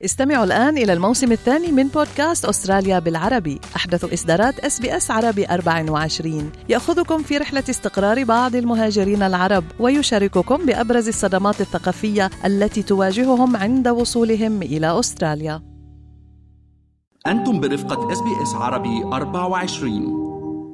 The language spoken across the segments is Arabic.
استمعوا الآن إلى الموسم الثاني من بودكاست أستراليا بالعربي، أحدث إصدارات SBS عربي 24، يأخذكم في رحلة استقرار بعض المهاجرين العرب ويشارككم بأبرز الصدمات الثقافية التي تواجههم عند وصولهم إلى أستراليا. أنتم برفقة SBS عربي 24.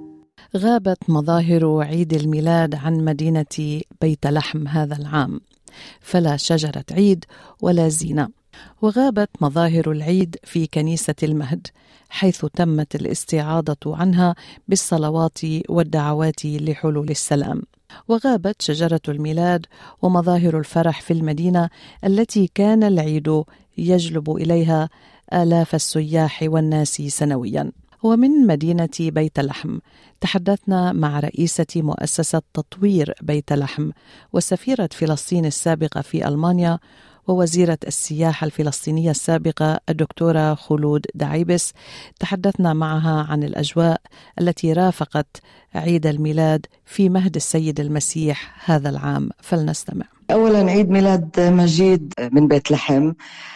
غابت مظاهر عيد الميلاد عن مدينة بيت لحم هذا العام، فلا شجرة عيد ولا زينة. وغابت مظاهر العيد في كنيسة المهد، حيث تمت الاستعاضة عنها بالصلوات والدعوات لحلول السلام. وغابت شجرة الميلاد ومظاهر الفرح في المدينة التي كان العيد يجلب إليها آلاف السياح والناس سنوياً. ومن مدينة بيت لحم تحدثنا مع رئيسة مؤسسة تطوير بيت لحم وسفيرة فلسطين السابقة في ألمانيا ووزيرة السياحة الفلسطينية السابقة الدكتورة خلود دعيبس. تحدثنا معها عن الأجواء التي رافقت عيد الميلاد في مهد السيد المسيح هذا العام، فلنستمع. أولا عيد ميلاد مجيد من بيت لحم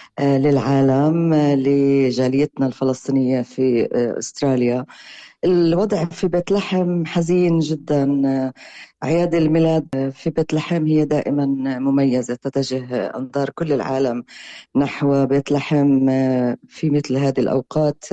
للعالم، لجاليتنا الفلسطينية في أستراليا. الوضع في بيت لحم حزين جدا. أعياد الميلاد في بيت لحم هي دائما مميزة، تتجه أنظار كل العالم نحو بيت لحم في مثل هذه الأوقات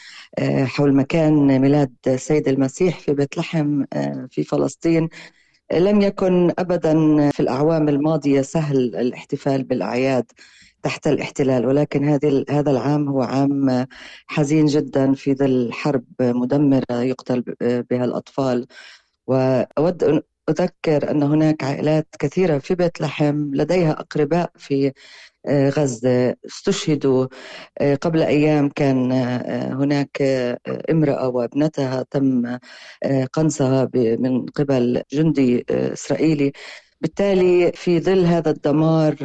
حول مكان ميلاد سيد المسيح في بيت لحم في فلسطين. لم يكن أبدا في الأعوام الماضية سهل الاحتفال بالأعياد تحت الاحتلال، ولكن هذا العام هو عام حزين جدا في ظل حرب مدمرة يقتل بها الأطفال. وأود أن أذكر أن هناك عائلات كثيرة في بيت لحم لديها أقرباء في غزة استشهدوا. قبل أيام كان هناك امرأة وابنتها تم قنصها من قبل جندي إسرائيلي. بالتالي في ظل هذا الدمار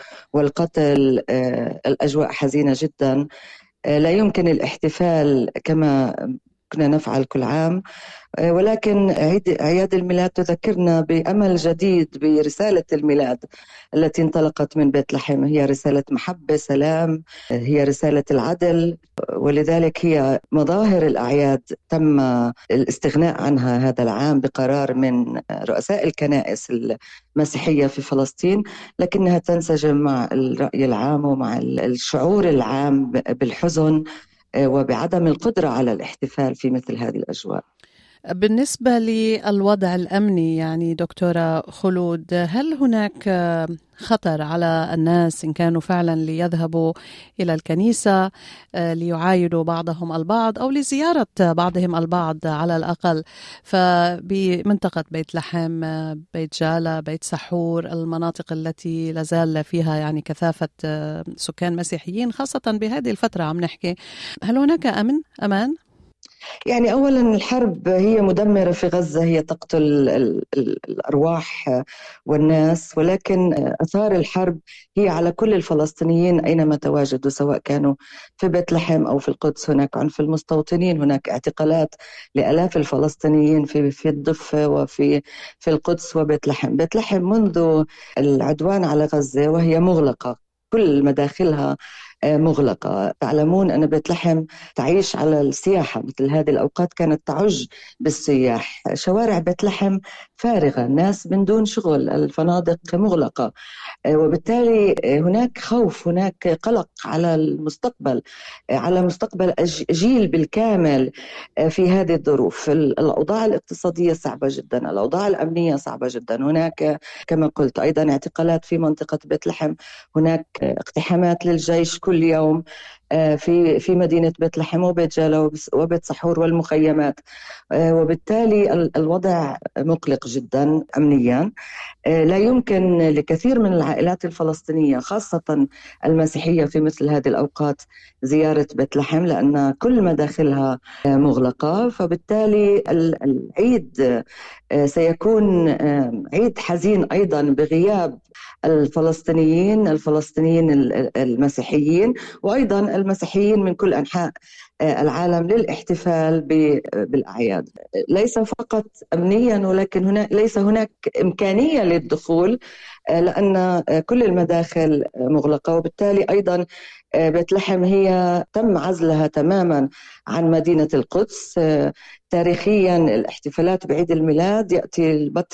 والقتل الأجواء حزينة جدا. لا يمكن الاحتفال كما كنا نفعل كل عام، ولكن أعياد الميلاد تذكرنا بأمل جديد، برسالة الميلاد التي انطلقت من بيت لحم. هي رسالة محبة، سلام، هي رسالة العدل، ولذلك هي مظاهر الأعياد تم الاستغناء عنها هذا العام بقرار من رؤساء الكنائس المسيحية في فلسطين، لكنها تنسجم مع الرأي العام ومع الشعور العام بالحزن وبعدم القدرة على الاحتفال في مثل هذه الأجواء. بالنسبة للوضع الأمني يعني دكتورة خلود، هل هناك خطر على الناس إن كانوا فعلا ليذهبوا إلى الكنيسة ليعايدوا بعضهم البعض أو لزيارة بعضهم البعض على الأقل؟ فبمنطقة بيت لحم، بيت جالة، بيت سحور، المناطق التي لازال فيها يعني كثافة سكان مسيحيين خاصة بهذه الفترة عم نحكي، هل هناك أمان؟ يعني أولا الحرب هي مدمرة في غزة، هي تقتل الأرواح والناس، ولكن أثار الحرب هي على كل الفلسطينيين أينما تواجدوا، سواء كانوا في بيت لحم أو في القدس. هناك عنف المستوطنين، هناك اعتقالات لآلاف الفلسطينيين في الضفة وفي القدس وبيت لحم. بيت لحم منذ العدوان على غزة وهي مغلقة، كل مداخلها مغلقة. تعلمون أن بيت لحم تعيش على السياحة، مثل هذه الأوقات كانت تعج بالسياح. شوارع بيت لحم فارغة، الناس من دون شغل، الفنادق مغلقة، وبالتالي هناك خوف، هناك قلق على المستقبل، على مستقبل جيل بالكامل في هذه الظروف. الأوضاع الاقتصادية صعبة جدا، الأوضاع الأمنية صعبة جدا. هناك كما قلت أيضا اعتقالات في منطقة بيت لحم، هناك اقتحامات للجيش كل يوم في مدينة بيت لحم وبيت جالة وبيت سحور والمخيمات، وبالتالي الوضع مقلق جدا أمنيا. لا يمكن لكثير من العائلات الفلسطينية خاصة المسيحية في مثل هذه الأوقات زيارة بيت لحم، لأن كل مداخلها مغلقة. فبالتالي العيد سيكون عيد حزين أيضا بغياب الفلسطينيين المسيحيين، وأيضا المسيحيين من كل أنحاء العالم للاحتفال بالأعياد. ليس فقط أمنيا، ولكن ليس هناك إمكانية للدخول لأن كل المداخل مغلقة، وبالتالي أيضا بيت لحم هي تم عزلها تماما عن مدينة القدس. تاريخيا الاحتفالات بعيد الميلاد يأتي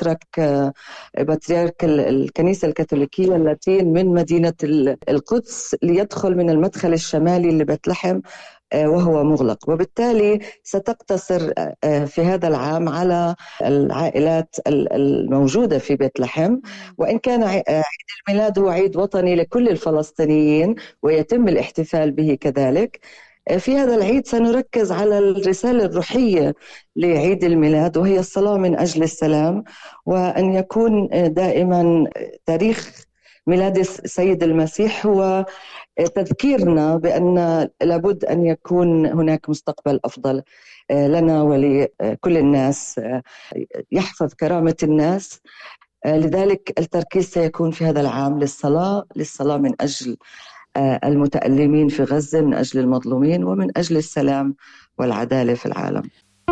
بطريرك الكنيسة الكاثوليكية اللاتين من مدينة القدس ليدخل من المدخل الشمالي لبيت لحم وهو مغلق، وبالتالي ستقتصر في هذا العام على العائلات الموجودة في بيت لحم. وإن كان عيد الميلاد هو عيد وطني لكل الفلسطينيين ويتم الاحتفال به كذلك، في هذا العيد سنركز على الرسالة الروحية لعيد الميلاد، وهي الصلاة من أجل السلام، وأن يكون دائما تاريخ ميلاد السيد المسيح هو تذكيرنا بأن لابد أن يكون هناك مستقبل أفضل لنا ولكل الناس، يحفظ كرامة الناس. لذلك التركيز سيكون في هذا العام للصلاة من أجل المتألمين في غزة، من أجل المظلومين، ومن أجل السلام والعدالة في العالم.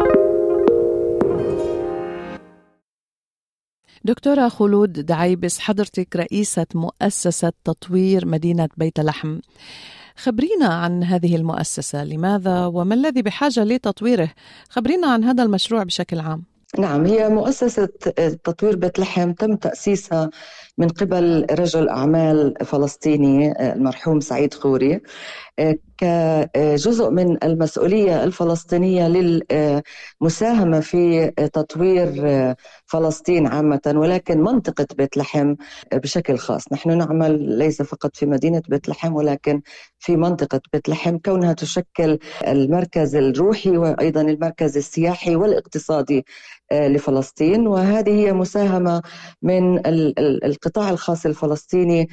دكتورة خلود دعيبس، حضرتك رئيسة مؤسسة تطوير مدينة بيت لحم، خبرينا عن هذه المؤسسة، لماذا وما الذي بحاجة لتطويره؟ خبرينا عن هذا المشروع بشكل عام. نعم، هي مؤسسة تطوير بيت لحم تم تأسيسها من قبل رجل أعمال فلسطيني المرحوم سعيد خوري كجزء من المسؤولية الفلسطينية للمساهمة في تطوير فلسطين عامة، ولكن منطقة بيت لحم بشكل خاص. نحن نعمل ليس فقط في مدينة بيت لحم ولكن في منطقة بيت لحم، كونها تشكل المركز الروحي وأيضا المركز السياحي والاقتصادي لفلسطين. وهذه هي مساهمة من القطاع الخاص الفلسطيني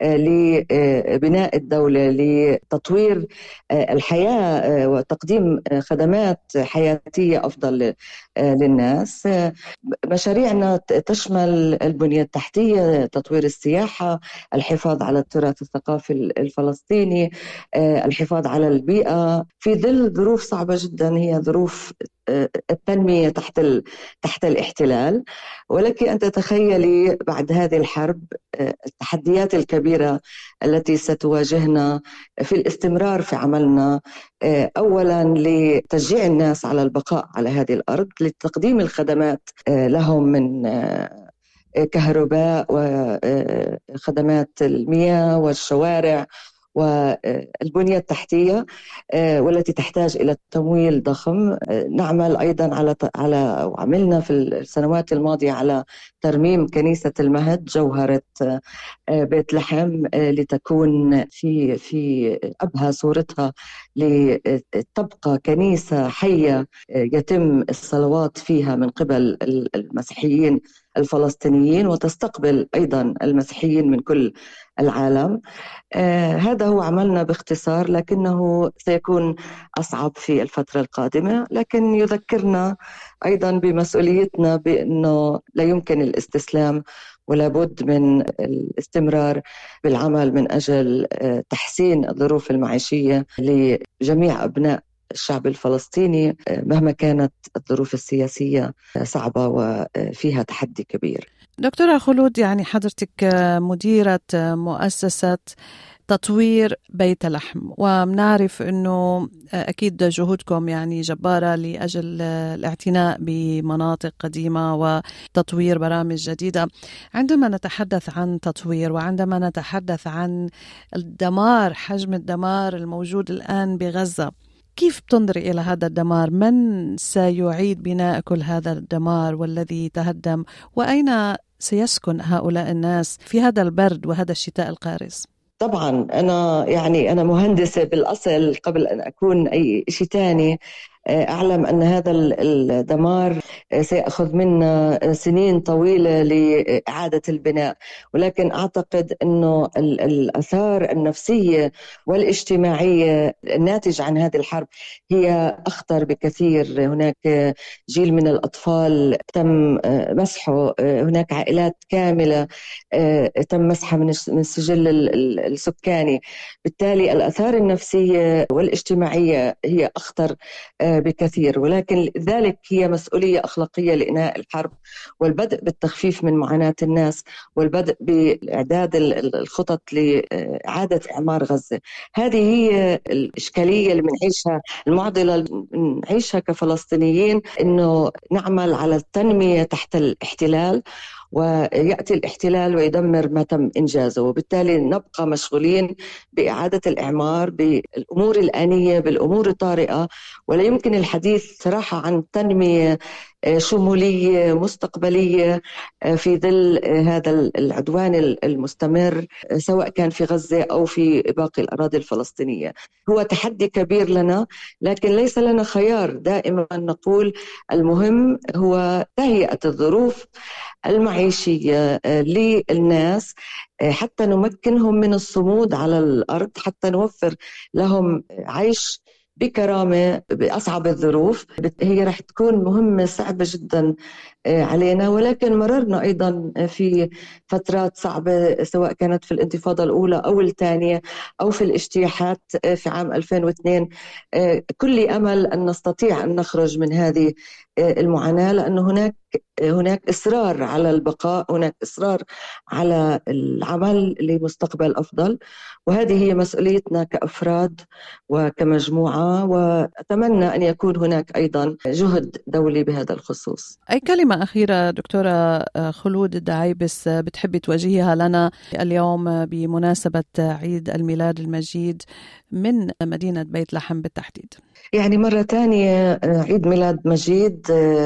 لبناء الدولة، لتطوير الحياة وتقديم خدمات حياتية أفضل للناس. مشاريعنا تشمل البنية التحتية، تطوير السياحة، الحفاظ على التراث الثقافي الفلسطيني، الحفاظ على البيئة في ظل ظروف صعبة جدا، هي ظروف التنمية تحت الاحتلال. ولك أن تتخيلي بعد هذه الحرب التحديات الكبيرة التي ستواجهنا في الاستمرار في عملنا، أولا لتشجيع الناس على البقاء على هذه الأرض، لتقديم الخدمات لهم من كهرباء وخدمات المياه والشوارع والبنية التحتية والتي تحتاج إلى تمويل ضخم. نعمل أيضا وعملنا في السنوات الماضية على ترميم كنيسة المهد جوهرة بيت لحم لتكون في أبهى صورتها، لتبقى كنيسة حية يتم الصلوات فيها من قبل المسيحيين الفلسطينيين وتستقبل أيضا المسيحيين من كل العالم. هذا هو عملنا باختصار، لكنه سيكون أصعب في الفترة القادمة، لكن يذكرنا أيضا بمسؤوليتنا بأنه لا يمكن الاستسلام ولا بد من الاستمرار بالعمل من أجل تحسين الظروف المعيشية لجميع أبناء الشعب الفلسطيني مهما كانت الظروف السياسية صعبة وفيها تحدي كبير. دكتورة خلود، يعني حضرتك مديرة مؤسسة تطوير بيت لحم، ومنعرف أنه أكيد جهودكم يعني جبارة لأجل الاعتناء بمناطق قديمة وتطوير برامج جديدة. عندما نتحدث عن تطوير وعندما نتحدث عن الدمار، حجم الدمار الموجود الآن بغزة، كيف تنظري إلى هذا الدمار؟ من سيعيد بناء كل هذا الدمار والذي تهدم؟ وأين سيسكن هؤلاء الناس في هذا البرد وهذا الشتاء القارس؟ طبعا أنا مهندسة بالأصل قبل أن أكون أي شيء تاني. أعلم أن هذا الدمار سيأخذ منا سنين طويلة لإعادة البناء، ولكن أعتقد أنه الآثار النفسية والاجتماعية الناتجة عن هذه الحرب هي أخطر بكثير. هناك جيل من الأطفال تم مسحه، هناك عائلات كاملة تم مسحها من السجل السكاني. بالتالي الآثار النفسية والاجتماعية هي أخطر بكثير، ولكن ذلك هي مسؤولية أخلاقية لإنهاء الحرب والبدء بالتخفيف من معاناة الناس والبدء بإعداد الخطط لإعادة إعمار غزة. هذه هي الإشكالية اللي بنعيشها، المعضلة اللي بنعيشها كفلسطينيين، إنه نعمل على التنمية تحت الاحتلال، ويأتي الاحتلال ويدمر ما تم إنجازه، وبالتالي نبقى مشغولين بإعادة الإعمار بالأمور الآنية بالأمور الطارئة. ولا يمكن الحديث صراحة عن تنمية شمولية مستقبلية في ظل هذا العدوان المستمر، سواء كان في غزة أو في باقي الأراضي الفلسطينية. هو تحدي كبير لنا، لكن ليس لنا خيار. دائما نقول المهم هو تهيئة الظروف المعيشية للناس حتى نمكنهم من الصمود على الأرض، حتى نوفر لهم عيش بكرامة بأصعب الظروف. هي رح تكون مهمة صعبة جدا علينا، ولكن مررنا أيضا في فترات صعبة سواء كانت في الانتفاضة الأولى أو الثانية أو في الاجتياحات في عام 2002. كل أمل أن نستطيع أن نخرج من هذه المعاناة، لأن هناك إصرار على البقاء، هناك إصرار على العمل لمستقبل أفضل، وهذه هي مسؤوليتنا كأفراد وكمجموعة، وأتمنى أن يكون هناك أيضا جهد دولي بهذا الخصوص. أي كلمة أخيرة دكتورة خلود الدعيبس بتحبي توجهيها لنا اليوم بمناسبة عيد الميلاد المجيد من مدينة بيت لحم بالتحديد؟ يعني مرة تانية عيد ميلاد مجيد.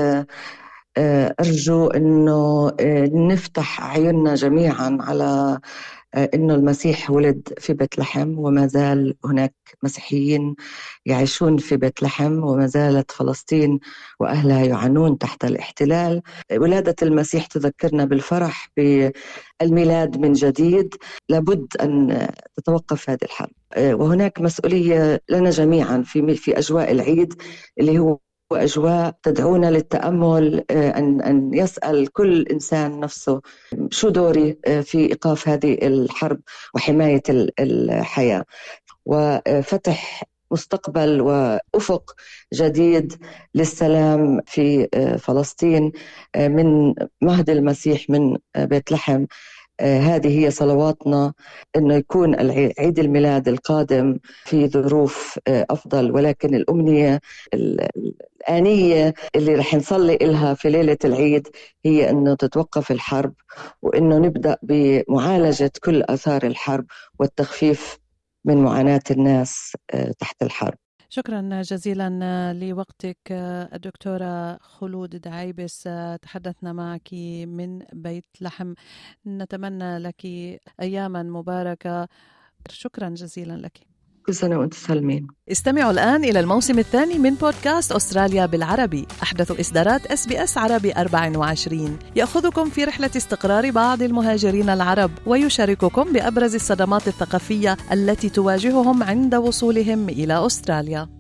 أرجو أنه نفتح عيوننا جميعا على أنه المسيح ولد في بيت لحم، وما زال هناك مسيحيين يعيشون في بيت لحم، وما زالت فلسطين وأهلها يعانون تحت الاحتلال. ولادة المسيح تذكرنا بالفرح بالميلاد من جديد. لابد أن تتوقف هذه الحرب، وهناك مسؤولية لنا جميعا في أجواء العيد اللي هو وأجواء تدعونا للتأمل، أن يسأل كل إنسان نفسه شو دوري في إيقاف هذه الحرب وحماية الحياة وفتح مستقبل وأفق جديد للسلام في فلسطين من مهد المسيح من بيت لحم. هذه هي صلواتنا، أنه يكون عيد الميلاد القادم في ظروف أفضل، ولكن الأمنية الآنية اللي رح نصلي إلها في ليلة العيد هي أنه تتوقف الحرب، وأنه نبدأ بمعالجة كل آثار الحرب والتخفيف من معاناة الناس تحت الحرب. شكرا جزيلا لوقتك الدكتورة خلود دعيبس، تحدثنا معك من بيت لحم. نتمنى لك أياما مباركة. شكرا جزيلا لك. كل سنة وأنت سالمين. استمعوا الآن إلى الموسم الثاني من بودكاست أستراليا بالعربي، أحدث إصدارات SBS عربي 24، يأخذكم في رحلة استقرار بعض المهاجرين العرب ويشارككم بأبرز الصدمات الثقافية التي تواجههم عند وصولهم إلى أستراليا.